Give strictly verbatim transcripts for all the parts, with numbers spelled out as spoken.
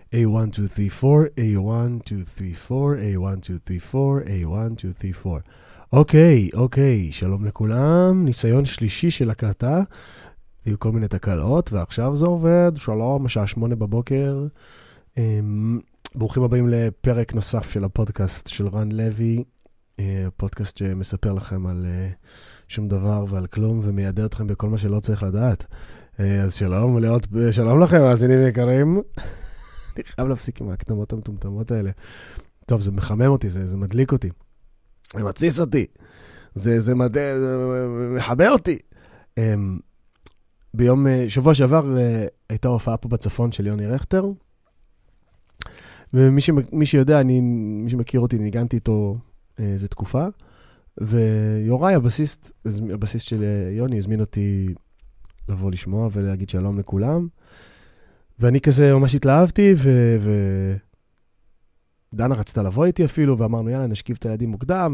A one two three four, A one two three four, A one two three four, A one two three four. אוקיי, אוקיי, שלום לכולם, ניסיון שלישי של הקלטה, היו כל מיני תקלות, ועכשיו זה עובד, שלום, השעה שמונה בבוקר, ברוכים הבאים לפרק נוסף של הפודקאסט של רן לוי, פודקאסט שמספר לכם על שום דבר ועל כלום, ומיידע אתכם בכל מה שלא צריך לדעת. אז שלום, להיות, שלום לכם, מאזינים יקרים. אני חייב להפסיק עם ההקדמות המטומטמות האלה. טוב, זה מחמם אותי, זה, זה מדליק אותי. זה מציס אותי. זה, זה, מד... זה מחבר אותי. ביום, שבוע שעבר, הייתה הופעה פה בצפון של יוני רכטר. ומי ש... מי שיודע, אני, מי שמכיר אותי, ניגנתי איתו איזו תקופה. ויוראי, הבסיסט, הבסיסט של יוני, הזמין אותי לבוא לשמוע ולהגיד שלום לכולם. ואני כזה ממש התלהבתי, ו... ו... דנה רצתה לבוא איתי אפילו, ואמרנו, יאללה, נשכיב את הילדים מוקדם,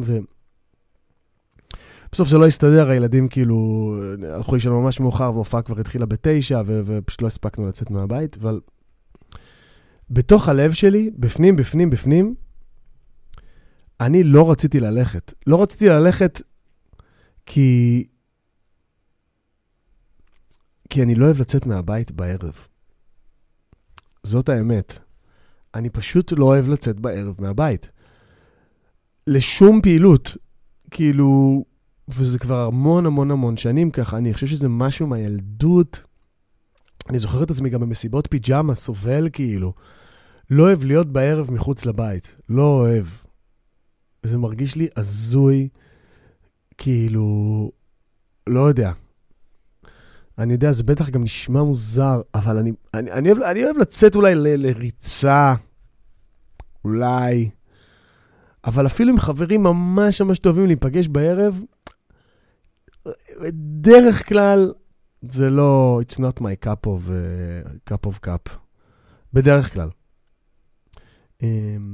ובסוף זה לא הסתדר, הילדים כאילו, הלכו לישון ממש מאוחר, והופעה כבר התחילה בתשע, ו... ופשוט לא הספקנו לצאת מהבית, אבל בתוך הלב שלי, בפנים, בפנים, בפנים, אני לא רציתי ללכת. לא רציתי ללכת כי... כי אני לא אוהב לצאת מהבית בערב. זאת האמת. אני פשוט לא אוהב לצאת בערב מהבית. לשום פעילות. כאילו, וזה כבר המון המון המון שנים ככה. אני חושב שזה משהו מהילדות. אני זוכר את עצמי גם במסיבות פיג'מה, סובל כאילו. לא אוהב להיות בערב מחוץ לבית. לא אוהב. זה מרגיש לי הזוי. כאילו, לא יודע. אני יודע, זה בטח גם נשמע מוזר, אבל אני, אני, אני, אוהב, אני אוהב לצאת אולי ל, לריצה, אולי, אבל אפילו עם חברים ממש ממש טובים להיפגש בערב, בדרך כלל זה לא, it's not my cup of, uh, cup of cup, בדרך כלל. Um,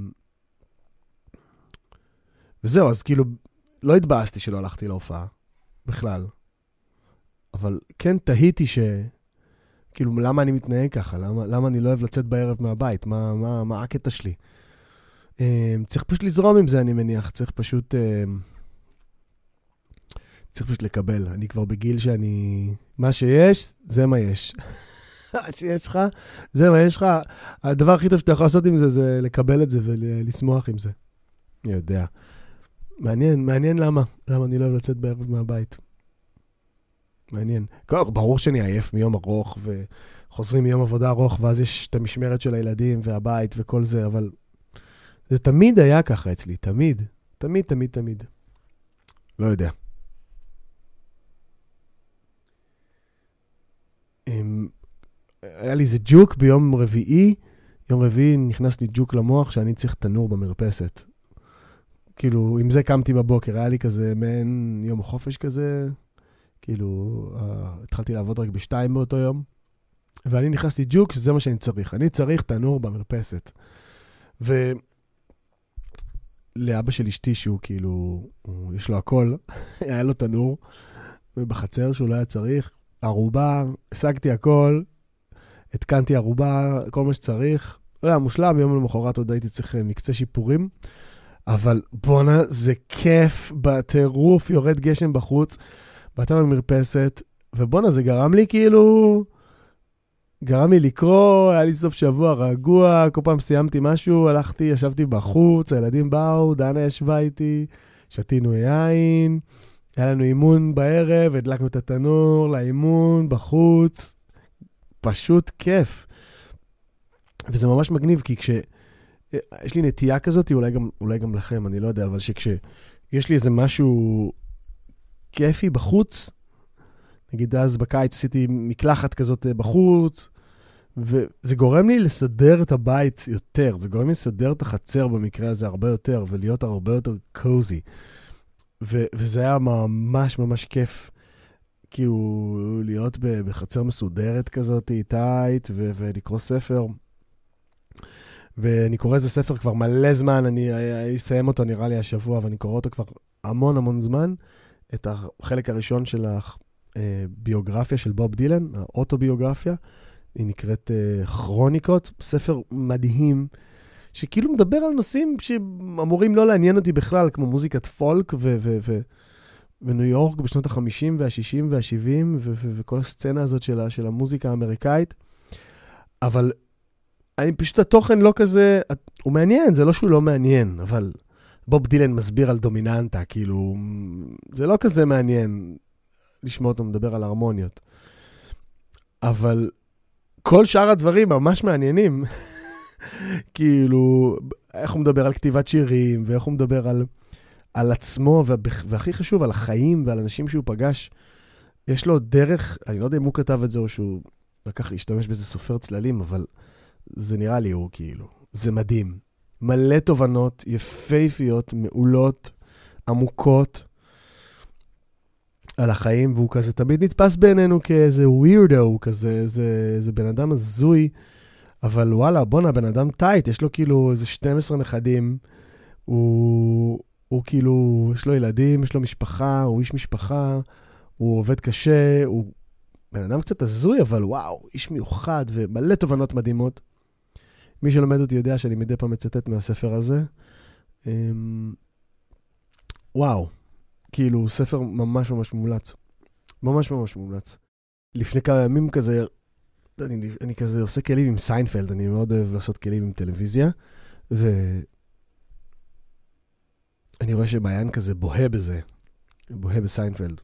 וזהו, אז כאילו, לא התבאסתי שלא הלכתי להופעה, בכלל. אבל כן תהיתי ש... כאילו, למה אני מתנהג ככה? למה, למה אני לא אוהב לצאת בערב מהבית? מה, מה, מה הקטע שלי? Um, צריך פשוט לזרום עם זה, אני מניח. צריך פשוט... Um, צריך פשוט לקבל. אני כבר בגיל שאני... מה שיש, זה מה יש. מה שיש לך, זה מה יש לך. הדבר הכי טוב שאתה יכול לעשות עם זה, זה לקבל את זה ולשמוח עם זה. אני יודע. מעניין, מעניין למה. למה אני לא אוהב לצאת בערב מהבית. מעניין. ברור שאני עייף מיום ארוך, וחוזרים מיום עבודה ארוך, ואז יש את המשמרת של הילדים והבית וכל זה, אבל זה תמיד היה ככה אצלי, תמיד. תמיד, תמיד, תמיד. לא יודע. היה לי איזה ג'וק ביום רביעי, יום רביעי נכנס לי ג'וק למוח שאני צריך תנור במרפסת. כאילו, עם זה קמתי בבוקר, היה לי כזה מעין יום החופש כזה, כאילו, uh, התחלתי לעבוד רק בשתיים באותו יום, ואני נכנסתי ג'וק, שזה מה שאני צריך. אני צריך תנור במרפסת. ולאבא של אשתי, שהוא כאילו, הוא, יש לו הכל, היה לו תנור, ובחצר שהוא לא היה צריך, ערובה, השגתי הכל, התקנתי ערובה, כל מה שצריך, לא היה מושלם, יום למחרת עוד הייתי צריך מקצה שיפורים, אבל בונה, זה כיף, בטירוף, יורד גשם בחוץ, באתי במרפסת, ובונה, זה גרם לי כאילו, גרם לי לקרוא, היה לי סוף שבוע רגוע, כל פעם סיימתי משהו, הלכתי, ישבתי בחוץ, הילדים באו, דנה ישבה איתי, שתינו יין, היה לנו אימון בערב, הדלקנו את התנור לאימון בחוץ, פשוט כיף. וזה ממש מגניב, כי כש, יש לי נטייה כזאת, אולי גם, אולי גם לכם, אני לא יודע, אבל שכשיש לי איזה משהו כיפי בחוץ, נגיד אז בקיץ עשיתי מקלחת כזאת בחוץ, וזה גורם לי לסדר את הבית יותר, זה גורם לי לסדר את החצר במקרה הזה הרבה יותר, ולהיות הרבה יותר קוזי. ו- וזה היה ממש ממש כיף, כאילו להיות בחצר מסודרת כזאת, טייט, ו- ולקרוא ספר. ואני קורא איזה ספר כבר מלא זמן, אני אסיים אותו נראה לי השבוע, ואני קורא אותו כבר המון המון זמן, את החלק הראשון של הביוגרפיה של בוב דילן, האוטוביוגרפיה, היא נקראת uh, כרוניקות, ספר מדהים, שכאילו מדבר על נושאים שאמורים לא לעניין אותי בכלל, כמו מוזיקת פולק ו- ו- ו- וניו יורק בשנות ה-חמישים וה-שישים וה-שבעים, ו- ו- וכל הסצנה הזאת של, ה- של המוזיקה האמריקאית. אבל אני פשוט התוכן לא כזה, הוא מעניין, זה לא שהוא לא מעניין, אבל בוב דילן מסביר על דומיננטה, כאילו, זה לא כזה מעניין לשמוע אותו מדבר על הרמוניות. אבל כל שאר הדברים ממש מעניינים. כאילו, איך הוא מדבר על כתיבת שירים, ואיך הוא מדבר על, על עצמו, והכי חשוב, על החיים ועל אנשים שהוא פגש. יש לו דרך, אני לא יודע אם הוא כתב את זה, או שהוא לקח להשתמש באיזה סופר צללים, אבל זה נראה לי הוא כאילו. זה מדהים. מלא תובנות, יפהפיות, מעולות, עמוקות, על החיים, והוא כזה תמיד נתפס בעינינו כאיזה ווירדו, כזה, איזה, איזה בן אדם הזוי, אבל וואלה, בונה, בן אדם טייט, יש לו כאילו איזה שנים עשר נכדים, הוא, הוא כאילו, יש לו ילדים, יש לו משפחה, הוא איש משפחה, הוא עובד קשה, הוא בן אדם קצת הזוי, אבל וואו, איש מיוחד ומלא תובנות מדהימות. מי שלומד אותי יודע שאני מדי פעם מצטט מהספר הזה. וואו, כאילו ספר ממש ממש מומלץ. ממש ממש מומלץ. לפני כמה ימים כזה, אני, אני כזה עושה כלים עם סיינפלד, אני מאוד אוהב לעשות כלים עם טלוויזיה, ואני רואה שמעיין כזה בוהה בזה, בוהה בסיינפלד.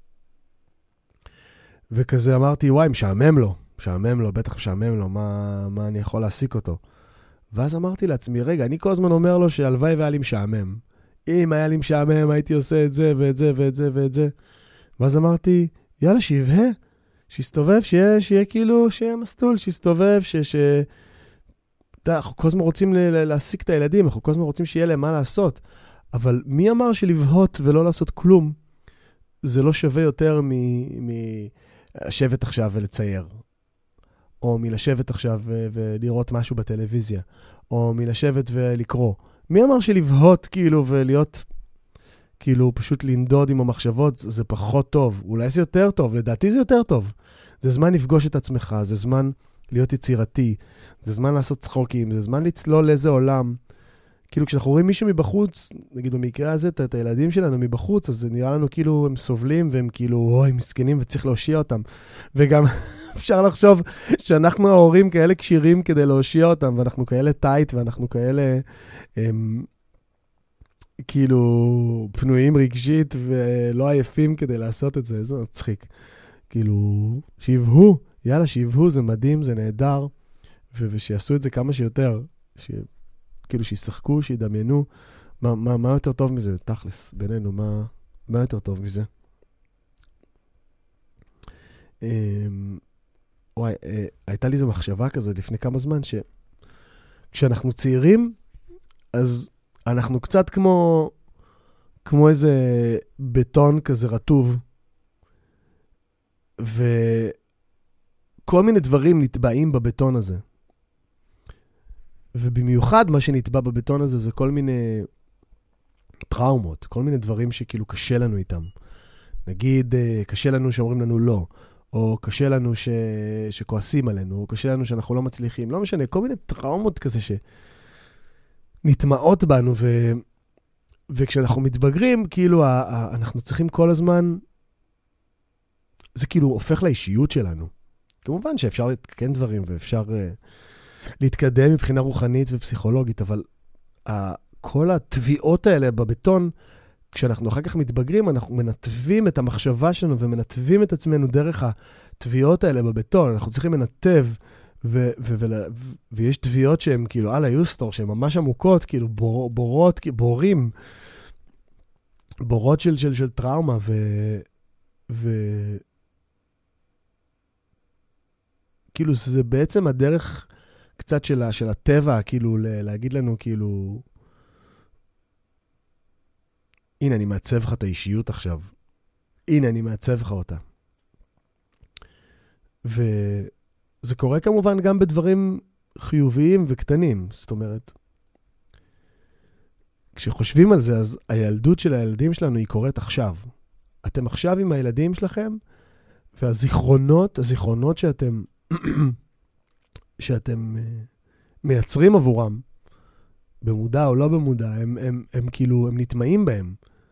וכזה אמרתי, וואי, משעמם לו, משעמם לו, בטח משעמם לו, מה, מה אני יכול להסיק אותו. ואז אמרתי לעצמי, רגע, אני כל הזמן אומר לו שהלוואי והיה לי משעמם. אם היה לי משעמם, הייתי עושה את זה ואת זה ואת זה ואת זה. ואז אמרתי, יאללה, שיבהה, שיסתובב, שיהיה, שיהיה כאילו, שיהיה מסטול, שיסתובב, ש... ש... אנחנו כל הזמן רוצים להסיק את הילדים, אנחנו כל הזמן רוצים שיהיה להם מה לעשות. אבל מי אמר שלבהות ולא לעשות כלום, זה לא שווה יותר מ... מ... לשבת עכשיו ולצייר, או מלשבת עכשיו ו- ולראות משהו בטלוויזיה, או מלשבת ולקרוא. מי אמר שלבהות כאילו ולהיות, כאילו פשוט לנדוד עם המחשבות, זה פחות טוב. אולי זה יותר טוב, לדעתי זה יותר טוב. זה זמן לפגוש את עצמך, זה זמן להיות יצירתי, זה זמן לעשות צחוקים, זה זמן לצלול לאיזה עולם. כאילו כשאנחנו רואים מישהו מבחוץ, נגיד במקרה הזה, את הילדים שלנו מבחוץ, אז זה נראה לנו כאילו הם סובלים, והם כאילו, אוי, מסכנים, וצריך להושיע אותם. וגם אפשר לחשוב שאנחנו ההורים כאלה קשירים כדי להושיע אותם, ואנחנו כאלה טייט, ואנחנו כאלה, הם, כאילו, פנויים רגשית, ולא עייפים כדי לעשות את זה. זה מצחיק. כאילו, שיבהו, יאללה, שיבהו, זה מדהים, זה נהדר, ו- ושיעשו את זה כמה שיותר. ש... כאילו שישחקו, שידמיינו, מה, מה, מה יותר טוב מזה, תכלס, בינינו, מה, מה יותר טוב מזה? וואי, הייתה לי איזו מחשבה כזה לפני כמה זמן, שכשאנחנו צעירים, אז אנחנו קצת כמו, כמו איזה בטון כזה רטוב, וכל מיני דברים נטבעים בבטון הזה. ובמיוחד מה שנטבע בבטון הזה זה כל מיני טראומות, כל מיני דברים שכאילו קשה לנו איתם. נגיד, קשה לנו שאומרים לנו לא, או קשה לנו ש... שכועסים עלינו, או קשה לנו שאנחנו לא מצליחים, לא משנה, כל מיני טראומות כזה שנטמעות בנו, ו... וכשאנחנו מתבגרים, כאילו ה... ה... אנחנו צריכים כל הזמן, זה כאילו הופך לאישיות שלנו. כמובן שאפשר לתקן דברים ואפשר... להתקדם מבחינה רוחנית ופסיכולוגית, אבל uh, כל התביעות האלה בבטון, כשאנחנו אחר כך מתבגרים, אנחנו מנתבים את המחשבה שלנו ומנתבים את עצמנו דרך התביעות האלה בבטון. אנחנו צריכים לנתב, ו- ו- ו- ו- ויש תביעות שהן כאילו על היוסטור, שהן ממש עמוקות, כאילו בור- בורות, בורים, בורות של, של, של טראומה, ו... ו... כאילו זה בעצם הדרך... קצת של, של הטבע, כאילו, להגיד לנו, כאילו, הנה, אני מעצב לך את האישיות עכשיו. הנה, אני מעצב לך אותה. וזה קורה כמובן גם בדברים חיוביים וקטנים. זאת אומרת, כשחושבים על זה, אז הילדות של הילדים שלנו היא קורית עכשיו. אתם עכשיו עם הילדים שלכם, והזיכרונות, הזיכרונות שאתם... שאתם מייצרים עבורם, במודע או לא במודע, הם, הם, הם כאילו, הם נטמעים בהם.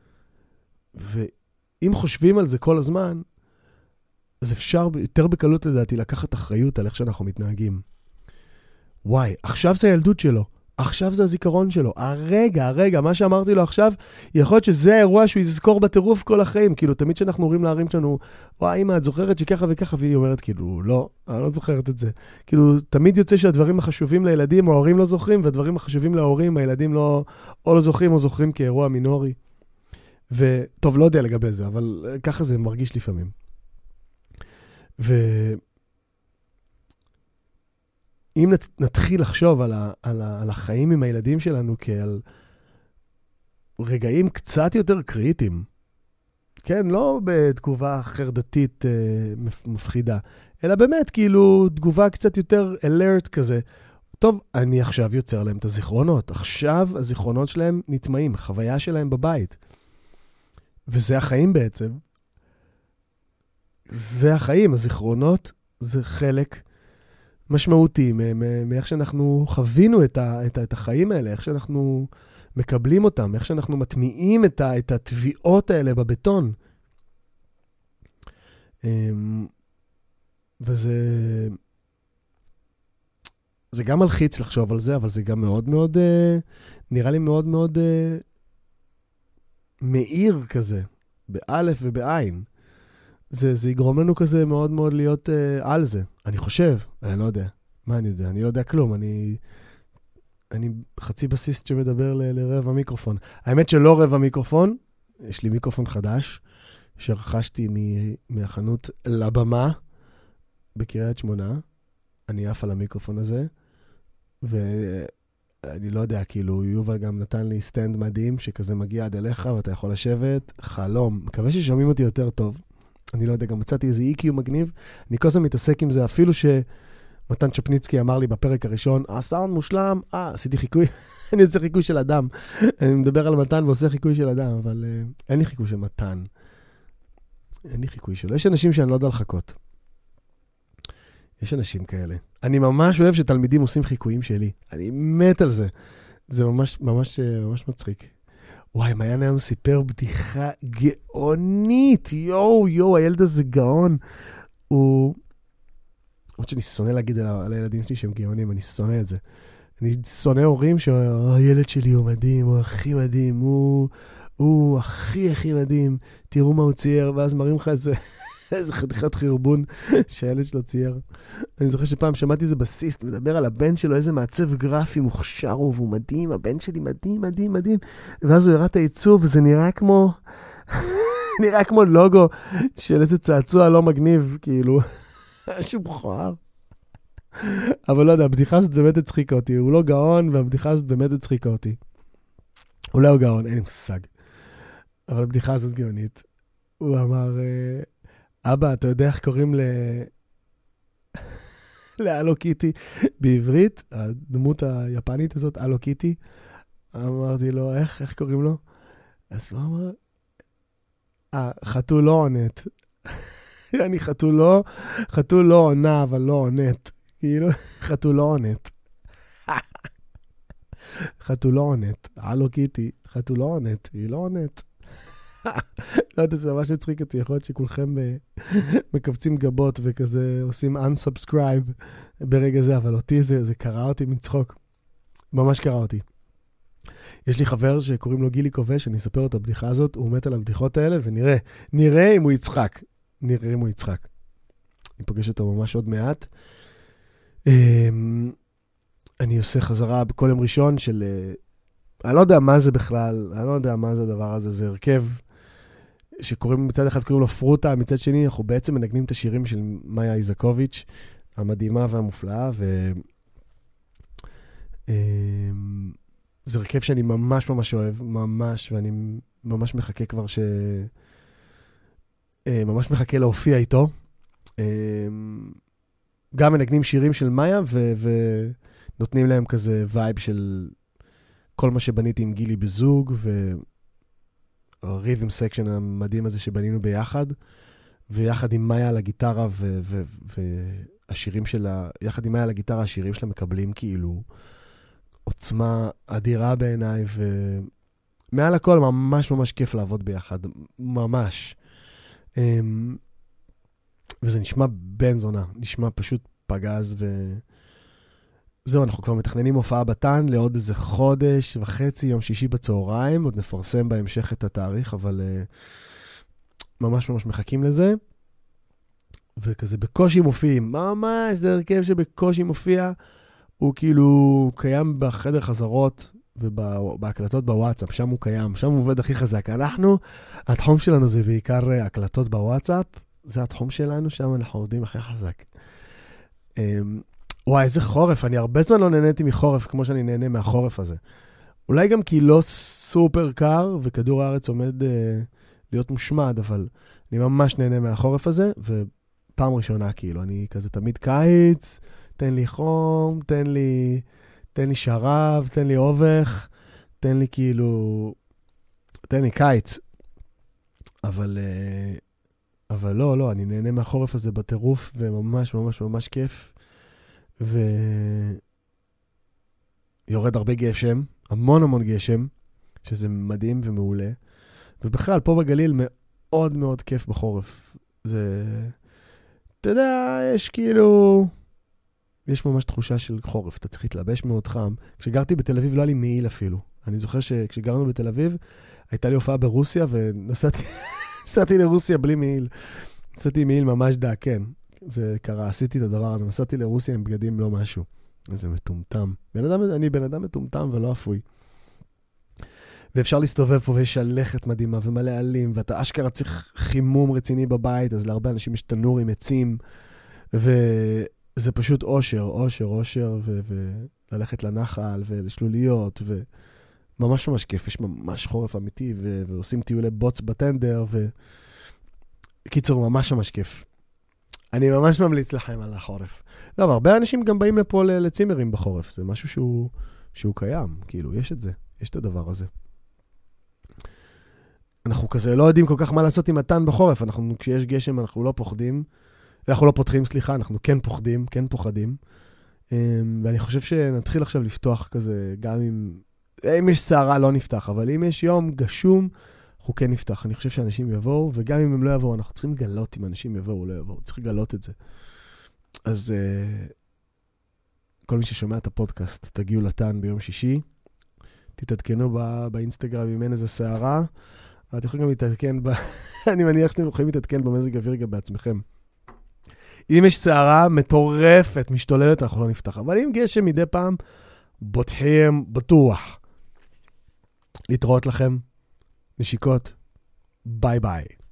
ואם חושבים על זה כל הזמן, אז אפשר יותר בקלות לדעתי לקחת אחריות על איך שאנחנו מתנהגים. וואי, עכשיו זה הילדות שלו, עכשיו זה הזיכרון שלו, הרגע, הרגע, מה שאמרתי לו עכשיו, יכול להיות שזה האירוע שהוא יזכור בטירוף כל החיים, כאילו תמיד שאנחנו אומרים להרים שלנו, וואי אמא, את זוכרת שככה וככה, והיא אומרת כאילו, לא, אני לא זוכרת את זה. כאילו תמיד יוצא שהדברים החשובים לילדים, ההורים לא זוכרים, והדברים החשובים להורים, הילדים לא, או לא זוכרים או זוכרים כאירוע מינורי. וטוב, לא יודע לגבי זה, אבל ככה זה מרגיש לפעמים. ו... אם נתחיל לחשוב על, ה, על, ה, על החיים עם הילדים שלנו כעל רגעים קצת יותר קריטיים, כן, לא בתגובה חרדתית אה, מפחידה, אלא באמת כאילו תגובה קצת יותר alert כזה. טוב, אני עכשיו יוצר להם את הזיכרונות. עכשיו הזיכרונות שלהם נטמעים, החוויה שלהם בבית. וזה החיים בעצם. זה החיים, הזיכרונות זה חלק משמעותי מאיך שאנחנו חווינו את, ה, את, ה, את החיים האלה, איך שאנחנו מקבלים אותם, איך שאנחנו מטמיעים את, ה, את התביעות האלה בבטון. וזה זה גם מלחיץ לחשוב על זה, אבל זה גם מאוד מאוד, נראה לי מאוד מאוד מאיר כזה, באלף ובעין. זה, זה יגרום לנו כזה מאוד מאוד להיות uh, על זה. אני חושב, אני לא יודע. מה אני יודע? אני לא יודע כלום. אני, אני חצי בסיסט שמדבר ל, לרבע מיקרופון. האמת שלא רבע מיקרופון, יש לי מיקרופון חדש, שרכשתי מ, מהחנות לבמה בקריית שמונה. אני עף על המיקרופון הזה, ואני לא יודע, כאילו, יובל גם נתן לי סטנד מדהים, שכזה מגיע עד אליך, ואתה יכול לשבת, חלום. מקווה ששומעים אותי יותר טוב. אני לא יודע, גם מצאתי איזה אי קיו מגניב, אני כל הזמן מתעסק עם זה, אפילו שמתן צ'פניצקי אמר לי בפרק הראשון, הסאונד מושלם, אה, עשיתי חיקוי, אני עושה חיקוי של אדם, אני מדבר על מתן ועושה חיקוי של אדם, אבל uh, אין לי חיקוי של מתן, אין לי חיקוי שלו, יש אנשים שאני לא יודע לחכות, יש אנשים כאלה, אני ממש אוהב שתלמידים עושים חיקויים שלי, אני מת על זה, זה ממש, ממש, ממש מצחיק. וואי, מעיין היום סיפר בדיחה גאונית, יואו, יואו, הילד הזה גאון. הוא... עוד שאני שונא להגיד על, על הילדים שלי שהם גאונים, אני שונא את זה. אני שונא הורים שהילד שלי הוא מדהים, הוא הכי מדהים, הוא, הוא הכי הכי מדהים, תראו מה הוא צייר, ואז מראים לך איזה, איזה חתיכת חרבון שהילד שלו צייר. אני זוכר שפעם שמעתי איזה בסיסט, מדבר על הבן שלו, איזה מעצב גרפי מוכשר הוא, והוא מדהים, הבן שלי מדהים, מדהים, מדהים. ואז הוא הראה את העיצוב, וזה נראה כמו, נראה כמו לוגו של איזה צעצוע לא מגניב, כאילו, משהו מכוער. אבל לא יודע, הבדיחה הזאת באמת הצחיקה אותי, הוא לא גאון, והבדיחה הזאת באמת הצחיקה אותי. אולי הוא גאון, אין לי מושג. אבל הבדיחה הזאת גאונית. הוא אמר, אבא, אתה יודע איך קוראים ל... לאלו קיטי בעברית, הדמות היפנית הזאת, אלו קיטי. אמרתי לו, איך, איך קוראים לו? אז הוא אמר, אה, חתול לא עונת. אני חתול לא, חתול לא עונה, אבל לא עונת. כאילו, חתול לא עונת. חתול לא עונת. אלו קיטי, חתול לא עונת. היא לא עונת. לא יודע, זה ממש הצחיק אותי, יכול להיות שכולכם מקבצים גבות וכזה עושים unsubscribe ברגע זה, אבל אותי זה, זה קרא אותי מצחוק. ממש קרא אותי. יש לי חבר שקוראים לו גילי כובש, אני אספר לו את הבדיחה הזאת, הוא מת על הבדיחות האלה, ונראה, נראה אם הוא יצחק. נראה אם הוא יצחק. אני פוגש אותו ממש עוד מעט. אני עושה חזרה בכל יום ראשון של... אני לא יודע מה זה בכלל, אני לא יודע מה זה הדבר הזה, זה הרכב שקוראים, מצד אחד קוראים לו פרוטה, מצד שני אנחנו בעצם מנגנים את השירים של מאיה איזקוביץ', המדהימה והמופלאה, וזה הרכב שאני ממש ממש אוהב, ממש, ואני ממש מחכה כבר ש... ממש מחכה להופיע איתו. גם מנגנים שירים של מאיה, ונותנים להם כזה וייב של... כל מה שבניתי עם גילי בזוג, והרית'ם סקשן המדהים הזה שבנינו ביחד, ויחד עם מאיה על הגיטרה, השירים שלה, יחד עם היה לגיטרה, השירים שלה מקבלים כאילו עוצמה אדירה בעיניי, ומעל הכל ממש ממש כיף לעבוד ביחד, ממש. וזה נשמע בן זונה, נשמע פשוט פגז, וזהו, אנחנו כבר מתכננים הופעה בתן לעוד איזה חודש וחצי, יום שישי בצהריים, עוד נפרסם בהמשך את התאריך, אבל ממש ממש מחכים לזה. וכזה בקושי מופיעים, ממש, זה הרכב שבקושי מופיע, הוא כאילו קיים בחדר חזרות ובהקלטות בוואטסאפ, שם הוא קיים, שם הוא עובד הכי חזק. אנחנו, התחום שלנו זה בעיקר הקלטות בוואטסאפ, זה התחום שלנו, שם אנחנו עובדים הכי חזק. וואי, איזה חורף, אני הרבה זמן לא נהניתי מחורף, כמו שאני נהנה מהחורף הזה. אולי גם כי לא סופר קר, וכדור הארץ עומד להיות מושמד, אבל אני ממש נהנה מהחורף הזה, ופעם ראשונה כאילו, אני כזה תמיד קיץ, תן לי חום, תן לי, תן לי שרב, תן לי אובך, תן לי כאילו, תן לי קיץ. אבל, אבל לא, לא, אני נהנה מהחורף הזה בטירוף, וממש ממש ממש כיף. ויורד הרבה גשם, המון המון גשם, שזה מדהים ומעולה. ובכלל, פה בגליל מאוד מאוד כיף בחורף. זה, אתה יודע, יש כאילו, יש ממש תחושה של חורף, אתה צריך להתלבש מאוד חם. כשגרתי בתל אביב לא היה לי מעיל אפילו. אני זוכר שכשגרנו בתל אביב, הייתה לי הופעה ברוסיה, ונסעתי לרוסיה בלי מעיל. נסעתי מעיל ממש דק, כן. זה קרה, עשיתי את הדבר הזה, נסעתי לרוסיה עם בגדים לא משהו. זה מטומטם. בן אדם, אני בן אדם מטומטם ולא אפוי. ואפשר להסתובב פה ויש שלכת מדהימה ומלא עלים, ואתה אשכרה צריך חימום רציני בבית, אז להרבה אנשים יש תנור עם עצים, וזה פשוט אושר, אושר, אושר, וללכת לנחל ולשלוליות, וממש ממש כיף, יש ממש חורף אמיתי, ו... ועושים טיולי בוץ בטנדר, וקיצור, ממש ממש כיף. אני ממש ממליץ לכם על החורף. לא, אבל הרבה אנשים גם באים לפה לצימרים בחורף, זה משהו שהוא, שהוא קיים, כאילו, יש את זה, יש את הדבר הזה. אנחנו כזה לא יודעים כל כך מה לעשות עם מתן בחורף, אנחנו, כשיש גשם אנחנו לא פוחדים, אנחנו לא פותחים, סליחה, אנחנו כן פוחדים, כן פוחדים, ואני חושב שנתחיל עכשיו לפתוח כזה, גם אם, אם יש שערה לא נפתח, אבל אם יש יום גשום, אנחנו כן נפתח. אני חושב שאנשים יבואו, וגם אם הם לא יבואו, אנחנו צריכים לגלות אם אנשים יבואו או לא יבואו, צריך לגלות את זה. אז כל מי ששומע את הפודקאסט, תגיעו לתן ביום שישי, תתעדכנו באינסטגרם אם אין איזה שערה, ואתם יכולים גם להתעדכן, ב... אני מניח שאתם יכולים להתעדכן במזג אוויר גם בעצמכם. אם יש שערה מטורפת, משתוללת, אנחנו לא נפתח. אבל אם גשם מדי פעם, בוטחים בטוח. להתראות לכם, נשיקות, ביי ביי.